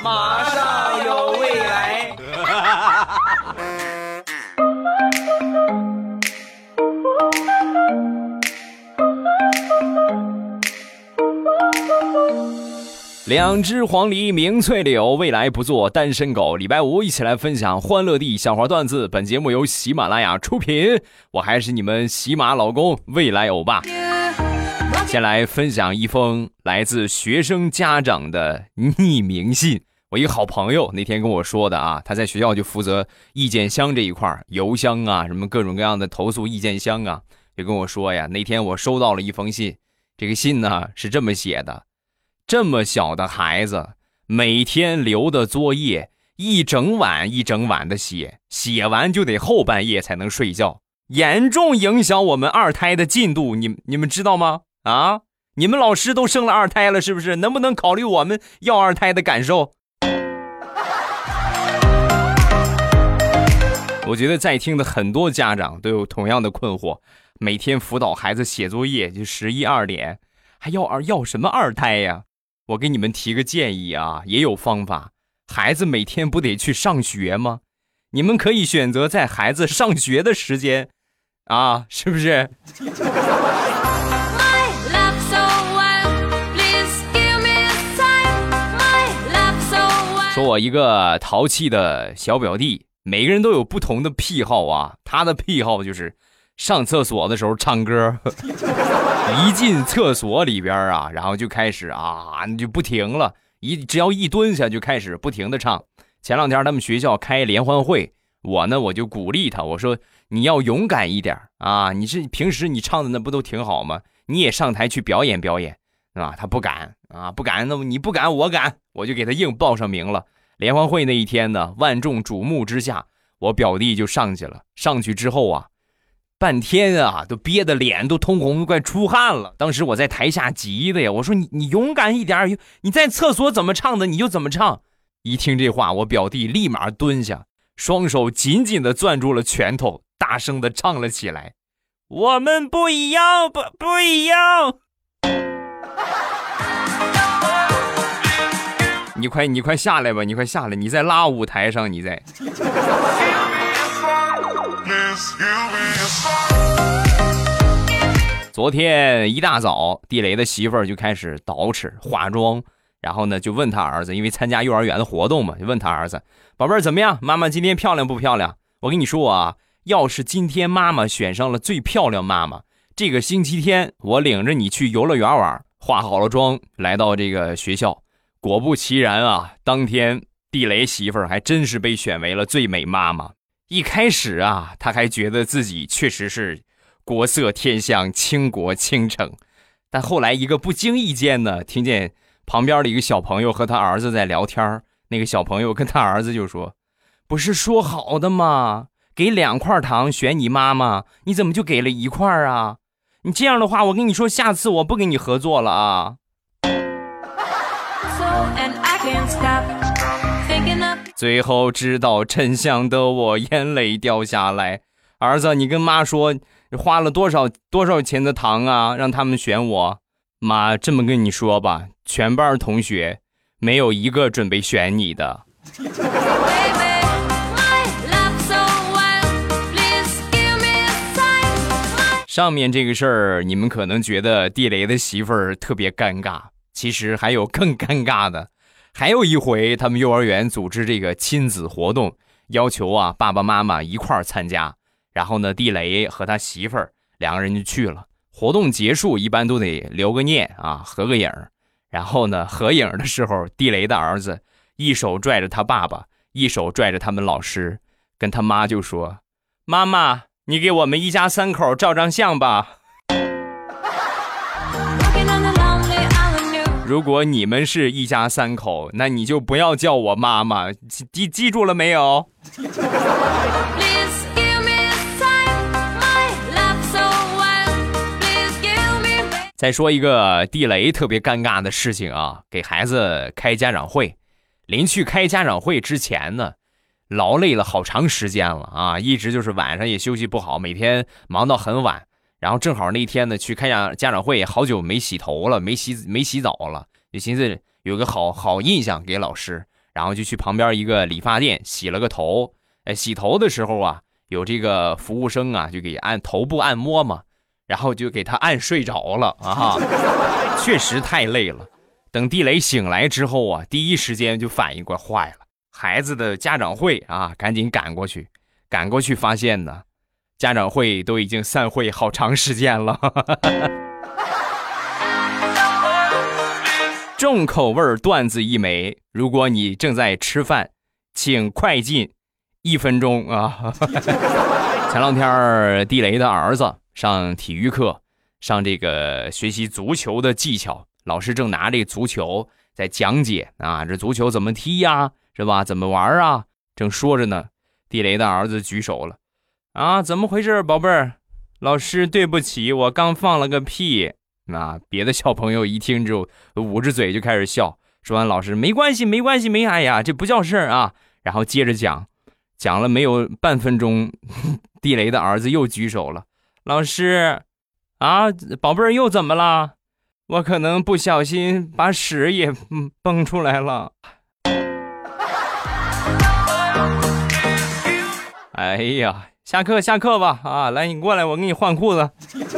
马上有未来。 两只黄鹂鸣翠柳，未来不做单身狗。礼拜五一起来分享欢乐地笑话段子。本节目由喜马拉雅出品，我还是你们喜马老公未来欧巴。先来分享一封来自学生家长的匿名信。我一个好朋友那天跟我说的啊，他在学校就负责意见箱这一块，邮箱啊，什么各种各样的投诉意见箱啊，就跟我说呀，那天我收到了一封信，这个信呢是这么写的：这么小的孩子，每天留的作业一整晚一整晚的写，写完就得后半夜才能睡觉，严重影响我们二胎的进度，你们知道吗？啊，你们老师都生了二胎了，是不是？能不能考虑我们要二胎的感受？我觉得在听的很多家长都有同样的困惑，每天辅导孩子写作业就11、2点，还要什么二胎呀？我给你们提个建议啊，也有方法。孩子每天不得去上学吗？你们可以选择在孩子上学的时间啊，是不是？说我一个淘气的小表弟，每个人都有不同的癖好啊。他的癖好就是上厕所的时候唱歌，一进厕所里边啊，然后就开始啊，就不停了，只要一蹲下就开始不停的唱。前两天他们学校开联欢会，我就鼓励他，我说你要勇敢一点啊，平时你唱的那不都挺好吗？你也上台去表演表演啊。他不敢啊，不敢，那么你不敢我敢，我就给他硬报上名了。联欢会那一天呢，万众瞩目之下，我表弟就上去了。上去之后啊，半天啊，都憋得脸都通红，都快出汗了。当时我在台下急的呀，我说你勇敢一点，你在厕所怎么唱的你就怎么唱。一听这话，我表弟立马蹲下，双手紧紧地攥住了拳头，大声地唱了起来：我们不一样，不一样。你快下来吧，你快下来，你在拉舞台上，你在。昨天一大早，地雷的媳妇儿就开始捯饬化妆，然后呢就问他儿子，因为参加幼儿园的活动嘛，就问他儿子：宝贝儿怎么样？妈妈今天漂亮不漂亮？我跟你说啊，要是今天妈妈选上了最漂亮妈妈，这个星期天我领着你去游乐园玩。化好了妆，来到这个学校，果不其然啊，当天地雷媳妇儿还真是被选为了最美妈妈。一开始啊，他还觉得自己确实是国色天香，倾国倾城，但后来一个不经意间呢，听见旁边的一个小朋友和他儿子在聊天，那个小朋友跟他儿子就说：不是说好的吗？给2块糖选你妈妈，你怎么就给了1块啊？你这样的话，我跟你说，下次我不跟你合作了啊。最后知道真相的我眼泪掉下来。儿子，你跟妈说，你花了多少钱的糖啊，让他们选我？妈，这么跟你说吧，全班同学没有一个准备选你的。上面这个事儿，你们可能觉得地雷的媳妇儿特别尴尬，其实还有更尴尬的。还有一回，他们幼儿园组织这个亲子活动，要求啊爸爸妈妈一块儿参加。然后呢，地雷和他媳妇儿2个人就去了。活动结束一般都得留个念啊，合个影。然后呢，合影的时候，地雷的儿子一手拽着他爸爸，一手拽着他们老师，跟他妈就说：妈妈，你给我们一家3口照张相吧。如果你们是一家3口，那你就不要叫我妈妈，记住了没有？再说一个地雷特别尴尬的事情啊，给孩子开家长会。临去开家长会之前呢，劳累了好长时间了啊，一直就是晚上也休息不好，每天忙到很晚。然后正好那天呢去开家长会，好久没洗头了，没洗澡了，就寻思有个好印象给老师， 然后就去旁边一个理发店洗了个头。洗头的时候啊，有这个服务生啊，就给按头部按摩嘛，然后就给他按睡着了啊，确实太累了。等地雷醒来之后啊，第一时间就反应过来，坏了，孩子的家长会啊，赶紧赶过去发现呢，家长会都已经散会好长时间了。重口味段子一枚，如果你正在吃饭，请快进1分钟啊！前两天地雷的儿子上体育课，上这个学习足球的技巧，老师正拿这个足球在讲解啊，这足球怎么踢呀，是吧？怎么玩啊？正说着呢，地雷的儿子举手了啊，怎么回事，宝贝儿？老师对不起，我刚放了个屁。啊！别的小朋友一听之后捂着嘴就开始笑，说完老师没关系，哎呀，这不叫事儿啊。然后接着讲了没有半分钟，地雷的儿子又举手了，老师啊，宝贝儿又怎么了？我可能不小心把屎也蹦出来了。哎呀，下课吧啊！来，你过来，我给你换裤子。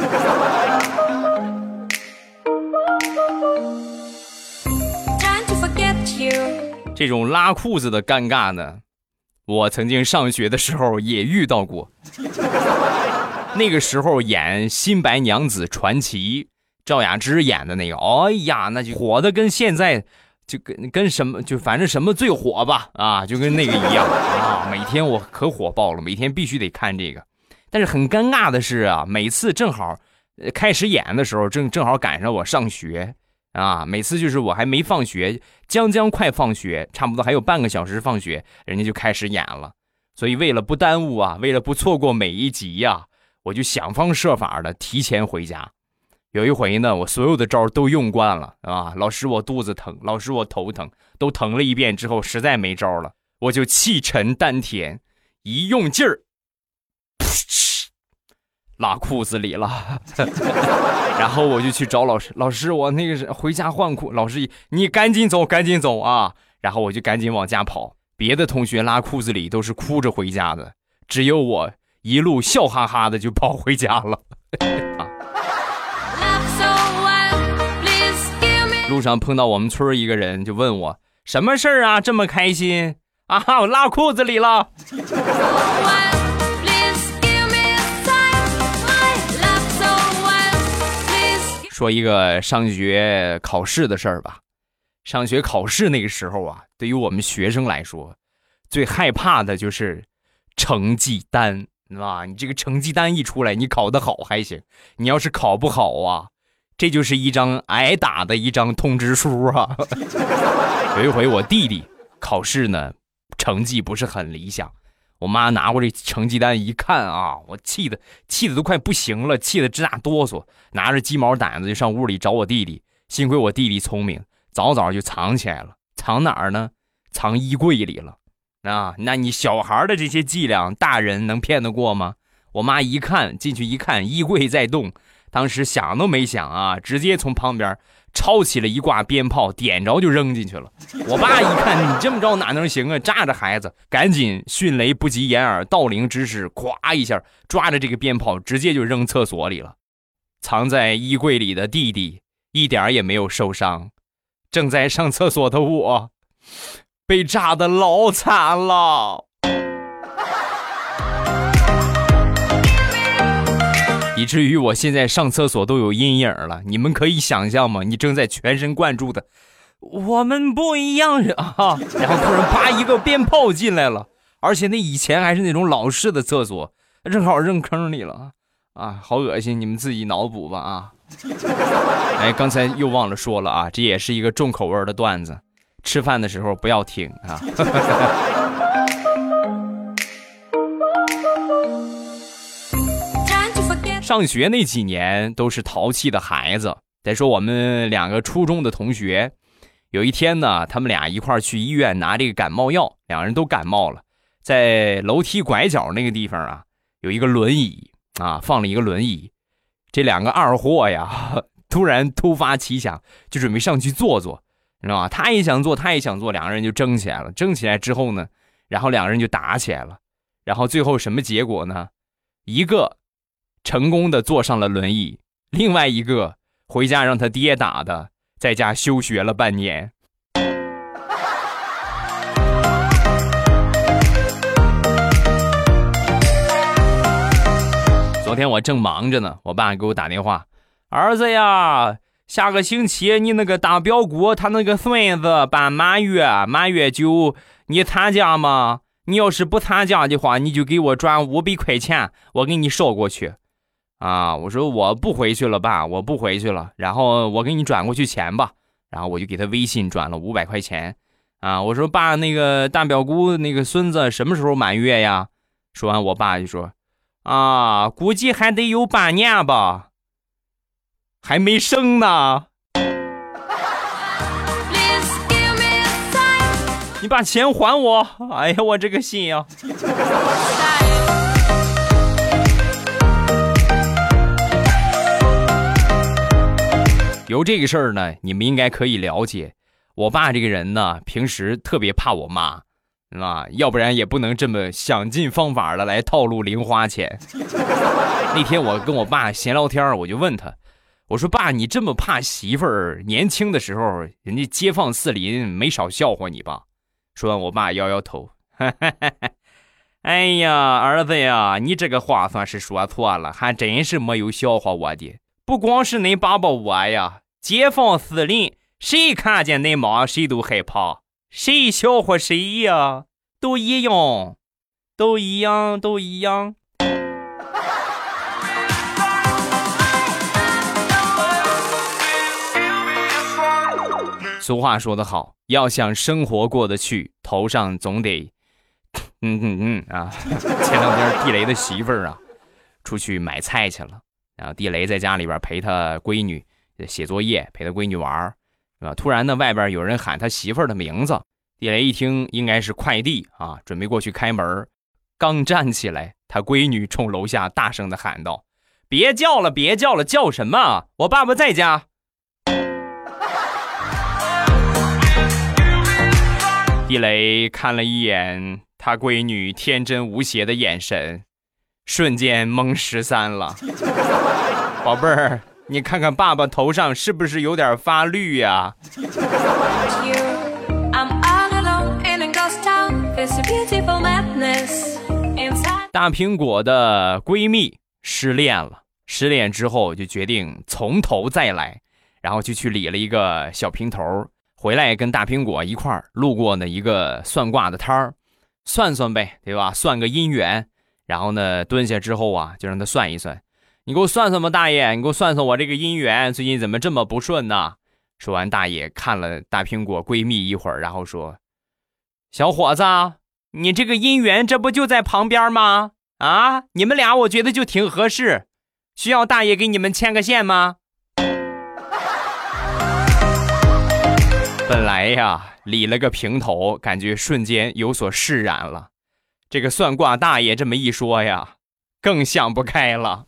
这种拉裤子的尴尬呢，我曾经上学的时候也遇到过。那个时候演《新白娘子传奇》，赵雅芝演的那个，哎呀，那就火的跟现在就跟什么，就反正什么最火吧啊，就跟那个一样啊。每天我可火爆了，每天必须得看这个。但是很尴尬的是啊，每次正好开始演的时候，正好赶上我上学。啊，每次就是我还没放学，将快放学，差不多还有半个小时放学，人家就开始演了。所以为了不耽误啊，为了不错过每一集啊，我就想方设法的提前回家。有一回呢，我所有的招都用惯了啊，老师我肚子疼，老师我头疼，都疼了一遍之后，实在没招了，我就气沉丹田，一用劲儿，拉裤子里了。然后我就去找老师，老师我那个是回家换裤，老师你赶紧走啊！然后我就赶紧往家跑，别的同学拉裤子里都是哭着回家的，只有我一路笑哈哈的就跑回家了。路上碰到我们村一个人，就问我什么事儿啊，这么开心啊？我拉裤子里了。说一个上学考试的事儿吧。上学考试那个时候啊，对于我们学生来说，最害怕的就是成绩单，啊，你这个成绩单一出来，你考得好还行，你要是考不好啊，这就是一张挨打的一张通知书啊。有一回我弟弟考试呢，成绩不是很理想，我妈拿过这成绩单一看啊，我气得都快不行了，气得直打哆嗦，拿着鸡毛掸子就上屋里找我弟弟。幸亏我弟弟聪明，早就藏起来了。藏哪儿呢？藏衣柜里了。啊，那你小孩的这些伎俩，大人能骗得过吗？我妈进去一看，衣柜在动，当时想都没想啊，直接从旁边抄起了一挂鞭炮，点着就扔进去了。我爸一看，你这么着哪能行啊，炸着孩子，赶紧迅雷不及掩耳盗铃之势，咵一下抓着这个鞭炮直接就扔厕所里了。藏在衣柜里的弟弟一点也没有受伤，正在上厕所的我被炸得老惨了。以至于我现在上厕所都有阴影了，你们可以想象吗？你正在全神贯注的，我们不一样啊，然后突然啪一个鞭炮进来了，而且那以前还是那种老式的厕所，正好扔坑里了啊，好恶心，你们自己脑补吧啊！哎，刚才又忘了说了啊，这也是一个重口味的段子，吃饭的时候不要听啊。上学那几年都是淘气的孩子。再说我们两个初中的同学，有一天呢，他们俩一块去医院拿这个感冒药，两人都感冒了。在楼梯拐角那个地方啊，有一个轮椅啊，放了一个轮椅。这两个二货呀，突发奇想，就准备上去坐坐。 你知道吗？他也想做，两个人就争起来了。争起来之后呢，然后两个人就打起来了。然后最后什么结果呢？一个成功的坐上了轮椅，另外一个回家让他爹打的，在家休学了半年。昨天我正忙着呢，我爸给我打电话，儿子呀，下个星期你那个大表姑他那个孙子办满月酒，你参加吗？你要是不参加的话，你就给我转500块钱，我给你捎过去。啊，我说我不回去了，爸，我不回去了。然后我给你转过去钱吧。然后我就给他微信转了500块钱。啊，我说爸，那个大表姑那个孙子什么时候满月呀？说完，我爸就说，啊，估计还得有半年吧，还没生呢。你把钱还我！哎呀，我这个心呀！有这个事儿呢，你们应该可以了解。我爸这个人呢，平时特别怕我妈，啊，要不然也不能这么想尽方法的来套路零花钱。那天我跟我爸闲聊天，我就问他，我说爸，你这么怕媳妇儿，年轻的时候人家街坊四邻没少笑话你吧？说完，我爸摇摇头，哎呀，儿子呀，你这个话算是说错了，还真是没有笑话我的。不光是恁爸爸我呀，街坊四邻谁看见恁妈谁都害怕，谁笑话谁呀，都一样，都一样，都一样。俗话说得好，要想生活过得去，头上总得啊。前两天地雷的媳妇儿啊出去买菜去了，然后地雷在家里边陪他闺女写作业，陪他闺女玩，突然呢外边有人喊他媳妇儿的名字，地雷一听应该是快递啊，准备过去开门，刚站起来，他闺女冲楼下大声的喊道，别叫了别叫了，叫什么？我爸爸在家。地雷看了一眼他闺女天真无邪的眼神，瞬间懵13了。宝贝儿，你看看爸爸头上是不是有点发绿呀？大苹果的闺蜜失恋了，失恋之后就决定从头再来，然后就去理了一个小平头，回来跟大苹果一块儿路过呢一个算卦的摊儿，算算呗，对吧？算个姻缘。然后呢，蹲下之后啊，就让他算一算。你给我算算吧，大爷，你给我算算我这个姻缘最近怎么这么不顺呢？说完，大爷看了大苹果闺蜜一会儿，然后说：“小伙子，你这个姻缘这不就在旁边吗？啊，你们俩我觉得就挺合适，需要大爷给你们牵个线吗？”本来呀，理了个平头，感觉瞬间有所释然了。这个算卦大爷这么一说呀，更想不开了。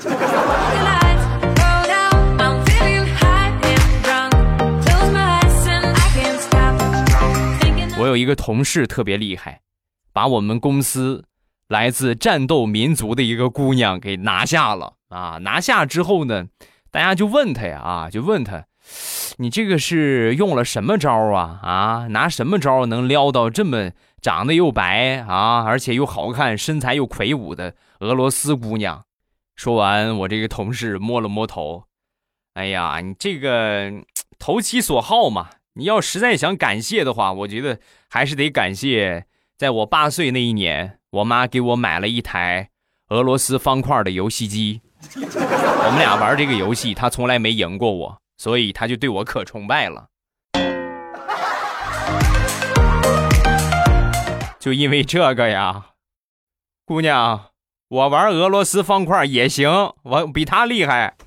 我有一个同事特别厉害，把我们公司来自战斗民族的一个姑娘给拿下了啊！拿下之后呢，大家就问他呀，就问他，你这个是用了什么招啊？啊，拿什么招能撩到这么长得又白啊，而且又好看，身材又魁梧的俄罗斯姑娘？说完，我这个同事摸了摸头，哎呀，你这个投其所好嘛。你要实在想感谢的话，我觉得还是得感谢，在我8岁那一年，我妈给我买了一台俄罗斯方块的游戏机。我们俩玩这个游戏，她从来没赢过我，所以她就对我可崇拜了。就因为这个呀，姑娘，我玩俄罗斯方块也行，我比她厉害。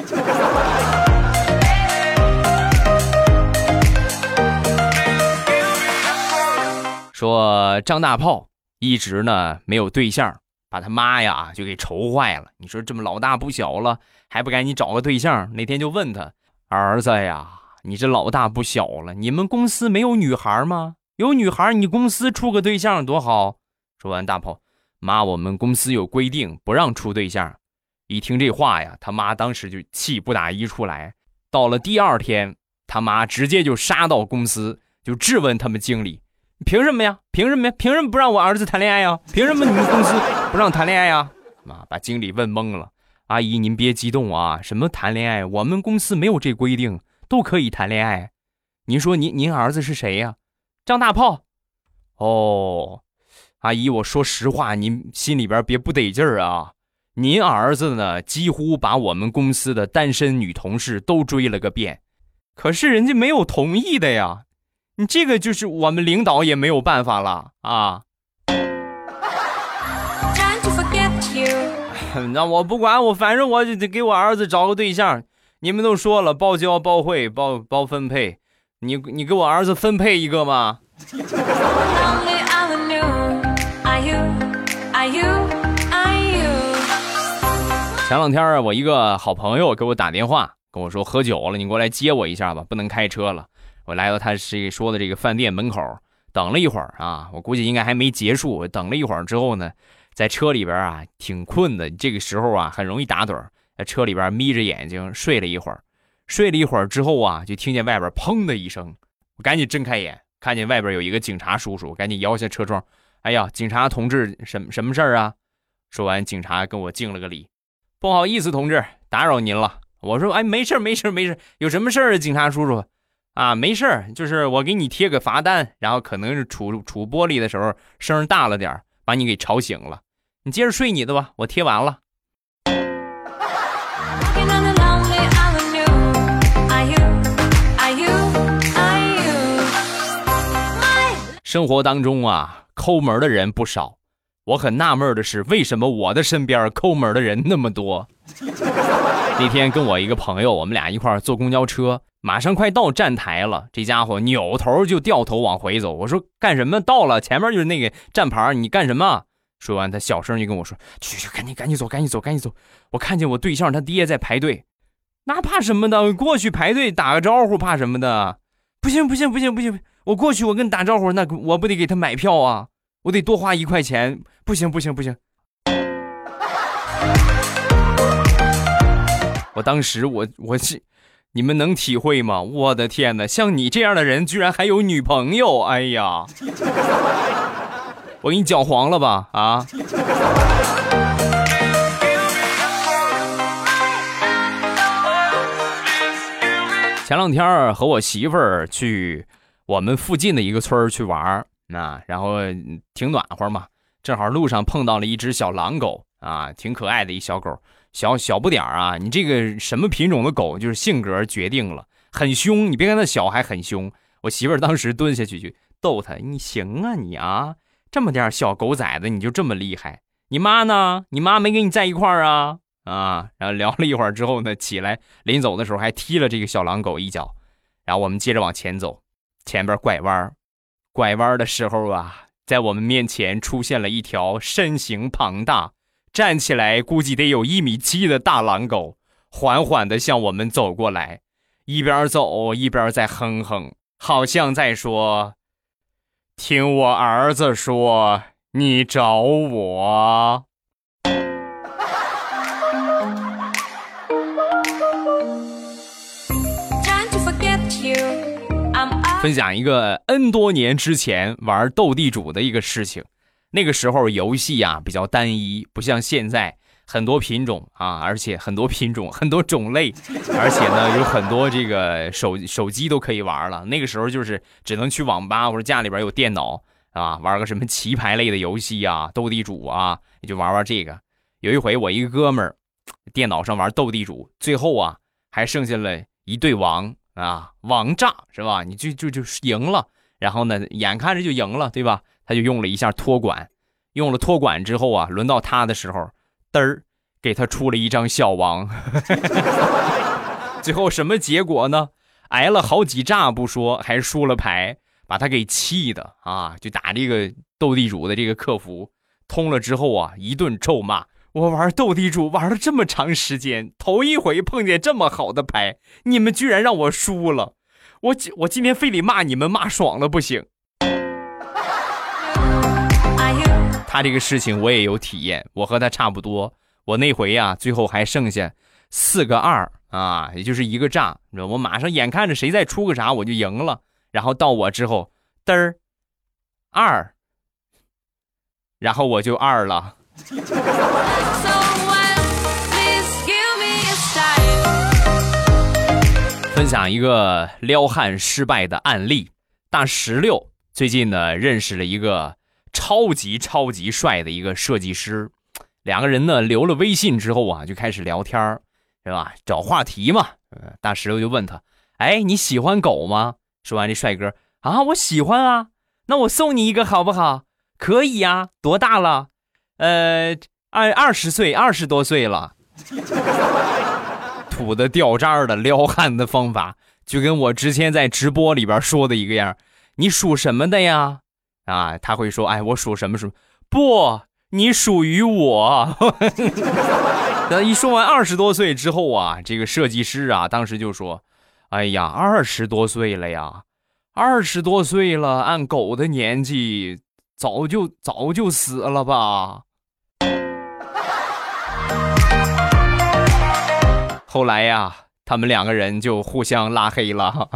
说张大炮一直呢没有对象，把他妈呀就给愁坏了。你说这么老大不小了，还不赶紧找个对象？那天就问他，儿子呀， 你这老大不小了，你们公司没有女孩吗？有女孩你公司处个对象多好。说完大炮，妈，我们公司有规定不让处对象。一听这话呀，他妈当时就气不打一处来。到了第二天，他妈直接就杀到公司，就质问他们经理，凭什么呀？凭什么呀？凭什么不让我儿子谈恋爱呀？凭什么你们公司不让谈恋爱呀？妈，把经理问懵了。阿姨您别激动啊，什么谈恋爱，我们公司没有这规定，都可以谈恋爱。您说您儿子是谁呀？张大炮。哦，阿姨我说实话，您心里边别不得劲儿啊。您儿子呢几乎把我们公司的单身女同事都追了个遍，可是人家没有同意的呀。你这个就是我们领导也没有办法了啊。那我不管，我反正我就得给我儿子找个对象。你们都说了，包教包会包分配，你给我儿子分配一个嘛。前两天啊，我一个好朋友给我打电话，跟我说喝酒了，你过来接我一下吧，不能开车了。我来到他说的这个饭店门口，等了一会儿啊，我估计应该还没结束。等了一会儿之后呢，在车里边啊挺困的，这个时候啊很容易打盹，在车里边眯着眼睛睡了一会儿。睡了一会儿之后啊，就听见外边砰的一声，我赶紧睁开眼，看见外边有一个警察叔叔，赶紧摇下车窗，哎呀，警察同志，什么事儿啊？说完，警察跟我敬了个礼，不好意思，同志，打扰您了。我说，哎，没事，有什么事儿，警察叔叔？啊，没事儿，就是我给你贴个罚单，然后可能是杵玻璃的时候声大了点，把你给吵醒了。你接着睡你的吧，我贴完了。生活当中啊，抠门的人不少。我很纳闷的是，为什么我的身边抠门的人那么多？那天跟我一个朋友，我们俩一块儿坐公交车，马上快到站台了，这家伙扭头就掉头往回走。我说干什么？到了，前面就是那个站牌，你干什么？说完，他小声就跟我说：“去，赶紧走！我看见我对象他爹在排队，那怕什么的？过去排队打个招呼，怕什么的？不行，我过去我跟你打招呼，那我不得给他买票啊？我得多花1块钱，不行！我当时我是，你们能体会吗？我的天哪，像你这样的人居然还有女朋友，哎呀！”我给你搅黄了吧啊！前两天和我媳妇儿去我们附近的一个村去玩，然后挺暖和嘛，正好路上碰到了一只小狼狗啊，挺可爱的一小狗，小不点啊，你这个什么品种的狗就是性格决定了，很凶，你别看它小还很凶。我媳妇儿当时蹲下去就逗它，你行啊你啊，这么点小狗崽子你就这么厉害？你妈呢？你妈没跟你在一块儿啊？然后聊了一会儿之后呢，起来临走的时候还踢了这个小狼狗一脚，然后我们接着往前走，前边拐弯的时候啊，在我们面前出现了一条身形庞大，站起来估计得有1.7米的大狼狗，缓缓地向我们走过来，一边走一边在哼哼，好像在说。听我儿子说，你找我。分享一个 N 多年之前玩斗地主的一个事情。那个时候游戏啊比较单一，不像现在很多品种啊，而且很多种类，而且呢有很多这个手机都可以玩了。那个时候就是只能去网吧或者家里边有电脑啊，玩个什么棋牌类的游戏啊，斗地主啊，你就玩这个。有一回我一个哥们儿电脑上玩斗地主，最后啊还剩下了一对王啊，王炸是吧？你就赢了，然后呢眼看着就赢了，对吧？他就用了一下托管，用了托管之后啊，轮到他的时候嘚儿给他出了一张小王。最后什么结果呢？挨了好几炸不说，还输了牌，把他给气的啊！就打这个斗地主的这个客服通了之后啊，一顿咒骂，我玩斗地主玩了这么长时间，头一回碰见这么好的牌，你们居然让我输了， 我今天非得骂你们骂爽了不行。他这个事情我也有体验，我和他差不多。我那回啊，最后还剩下4个2啊，也就是一个炸。我马上眼看着谁再出个啥我就赢了，然后到我之后嘚儿2，然后我就2了。分享一个撩汉失败的案例。大16最近呢认识了一个超级帅的一个设计师，两个人呢留了微信之后啊，就开始聊天，是吧？找话题嘛。大16就问他，哎，你喜欢狗吗？说完这帅哥啊，我喜欢啊，那我送你一个好不好？可以呀，多大了？20岁，20多岁了。土的掉渣的撩汉的方法，就跟我之前在直播里边说的一个样。你属什么的呀？啊，他会说，哎，我属什么属？不，你属于我。一说完20多岁之后啊，这个设计师啊，当时就说，哎呀，20多岁了呀，20多岁了，按狗的年纪，早就死了吧。后来呀，他们两个人就互相拉黑了。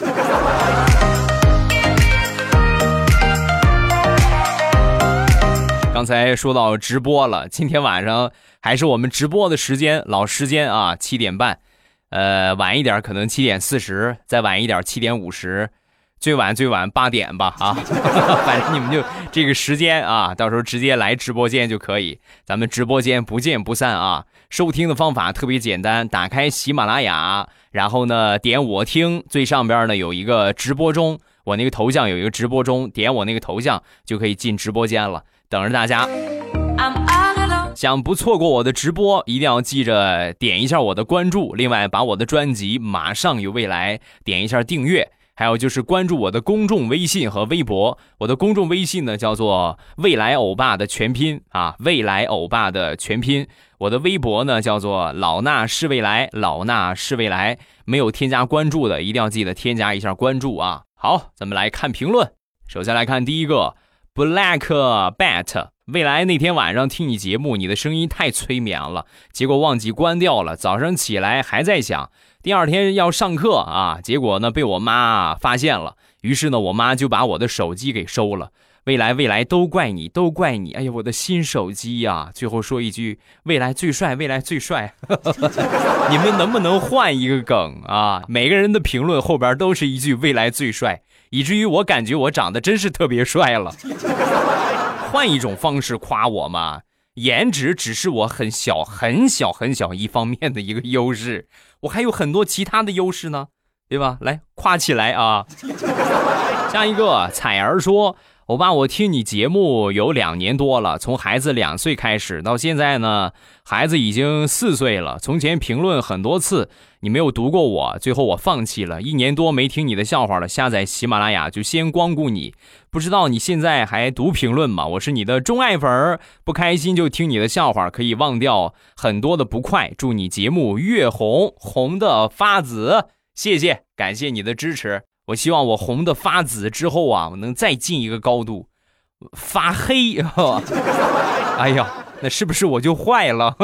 刚才说到直播了，今天晚上还是我们直播的时间，老时间啊，7点半，晚一点可能7点40，再晚一点7点50，最晚8点吧啊，反正你们就这个时间啊，到时候直接来直播间就可以，咱们直播间不见不散啊。收听的方法特别简单，打开喜马拉雅，然后呢点我听，最上边呢有一个直播中，我那个头像有一个直播中，点我那个头像就可以进直播间了，等着大家。想不错过我的直播，一定要记着点一下我的关注，另外把我的专辑马上有未来点一下订阅，还有就是关注我的公众微信和微博。我的公众微信呢叫做未来欧巴的全拼啊，未来欧巴的全拼。我的微博呢叫做老衲是未来，老衲是未来。没有添加关注的一定要记得添加一下关注啊。好，咱们来看评论。首先来看第一个 Black Bat， 未来那天晚上听你节目，你的声音太催眠了，结果忘记关掉了，早上起来还在响，第二天要上课啊，结果呢被我妈发现了，于是呢我妈就把我的手机给收了。未来都怪你，都怪你，哎呀我的新手机呀。最后说一句，未来最帅，未来最帅。你们能不能换一个梗啊？每个人的评论后边都是一句未来最帅，以至于我感觉我长得真是特别帅了。换一种方式夸我嘛，颜值只是我很小一方面的一个优势，我还有很多其他的优势呢，对吧？来夸起来啊。下一个彩儿说，欧巴，我听你节目有2年多了，从孩子2岁开始到现在呢，孩子已经4岁了。从前评论很多次，你没有读过我，最后我放弃了。1年多没听你的笑话了，下载喜马拉雅就先光顾你。不知道你现在还读评论吗？我是你的钟爱粉，不开心就听你的笑话，可以忘掉很多的不快。祝你节目越红，红的发紫。谢谢，感谢你的支持。我希望我红的发紫之后啊，我能再进一个高度，发黑。哎呀，那是不是我就坏了？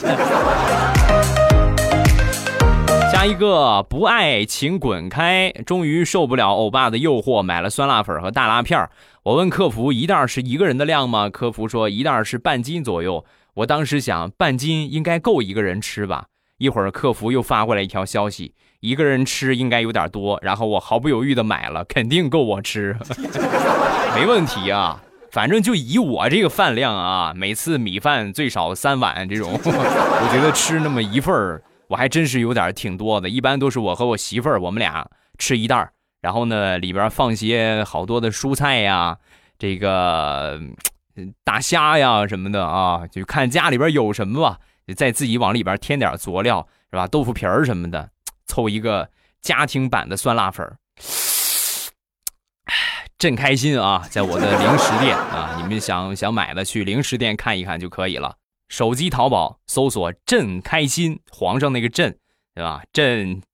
下一个不爱请滚开，终于受不了欧巴的诱惑，买了酸辣粉和大辣片。我问客服一袋是一个人的量吗？客服说一袋是半斤左右。我当时想半斤应该够一个人吃吧。一会儿客服又发过来一条消息，一个人吃应该有点多，然后我毫不犹豫的买了，肯定够我吃。没问题啊，反正就以我这个饭量啊，每次米饭最少3碗这种，我觉得吃那么一份我还真是有点挺多的。一般都是我和我媳妇儿我们俩吃一袋，然后呢里边放些好多的蔬菜呀，这个大虾呀什么的啊，就看家里边有什么吧，再自己往里边添点佐料，是吧？豆腐皮儿什么的，凑一个家庭版的酸辣粉，真开心啊！在我的零食店啊，你们想买的去零食店看一看就可以了。手机淘宝搜索“朕开心”，皇上那个朕，对吧？朕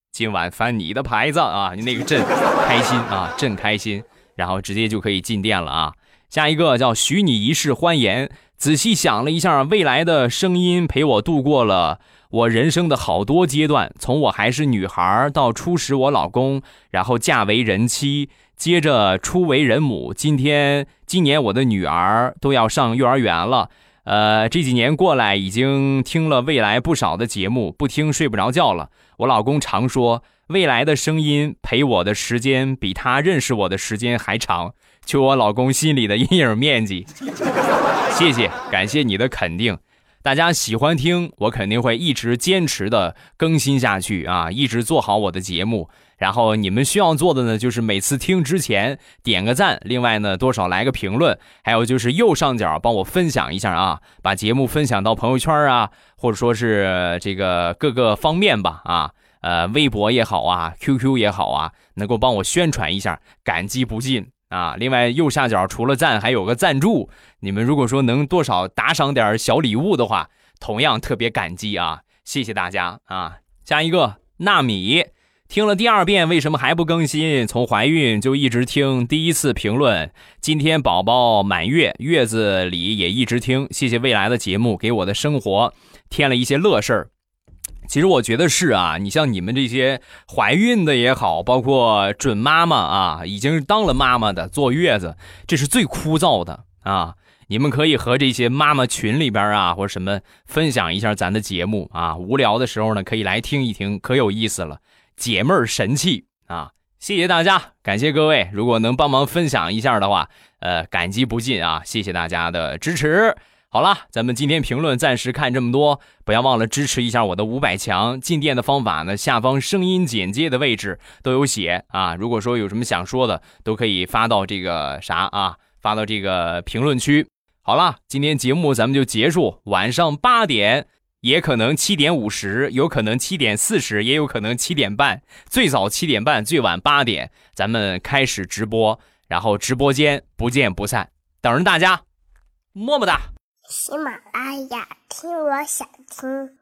今晚翻你的牌子啊，那个朕开心啊，朕开心，然后直接就可以进店了啊。下一个叫许你一世欢颜，仔细想了一下，未来的声音陪我度过了我人生的好多阶段，从我还是女孩到初识我老公，然后嫁为人妻，接着初为人母，今年我的女儿都要上幼儿园了。这几年过来已经听了未来不少的节目，不听睡不着觉了。我老公常说，未来的声音陪我的时间比他认识我的时间还长，求我老公心里的阴影面积。谢谢，感谢你的肯定。大家喜欢听，我肯定会一直坚持的更新下去啊，一直做好我的节目。然后你们需要做的呢，就是每次听之前点个赞，另外呢多少来个评论，还有就是右上角帮我分享一下啊，把节目分享到朋友圈啊，或者说是这个各个方面吧啊，微博也好啊 ，QQ 也好啊，能够帮我宣传一下，感激不尽啊。另外右下角除了赞还有个赞助，你们如果说能多少打赏点小礼物的话，同样特别感激啊，谢谢大家啊。下一个纳米。听了第2遍，为什么还不更新？从怀孕就一直听，第一次评论，今天宝宝满月，月子里也一直听，谢谢未来的节目给我的生活添了一些乐事儿。其实我觉得是啊，你像你们这些怀孕的也好，包括准妈妈啊，已经当了妈妈的坐月子，这是最枯燥的啊。你们可以和这些妈妈群里边啊，或者什么分享一下咱的节目啊，无聊的时候呢可以来听一听，可有意思了。解闷神器啊！谢谢大家，感谢各位，如果能帮忙分享一下的话，感激不尽啊！谢谢大家的支持。好了，咱们今天评论暂时看这么多，不要忘了支持一下我的500强。进店的方法呢，下方声音简介的位置都有写啊。如果说有什么想说的，都可以发到这个发到这个评论区。好了，今天节目咱们就结束，晚上8点。也可能7点50，有可能7点40，也有可能7点半，最早7点半，最晚8点，咱们开始直播，然后直播间不见不散，等着大家，么么哒。 喜马拉雅，听我想听。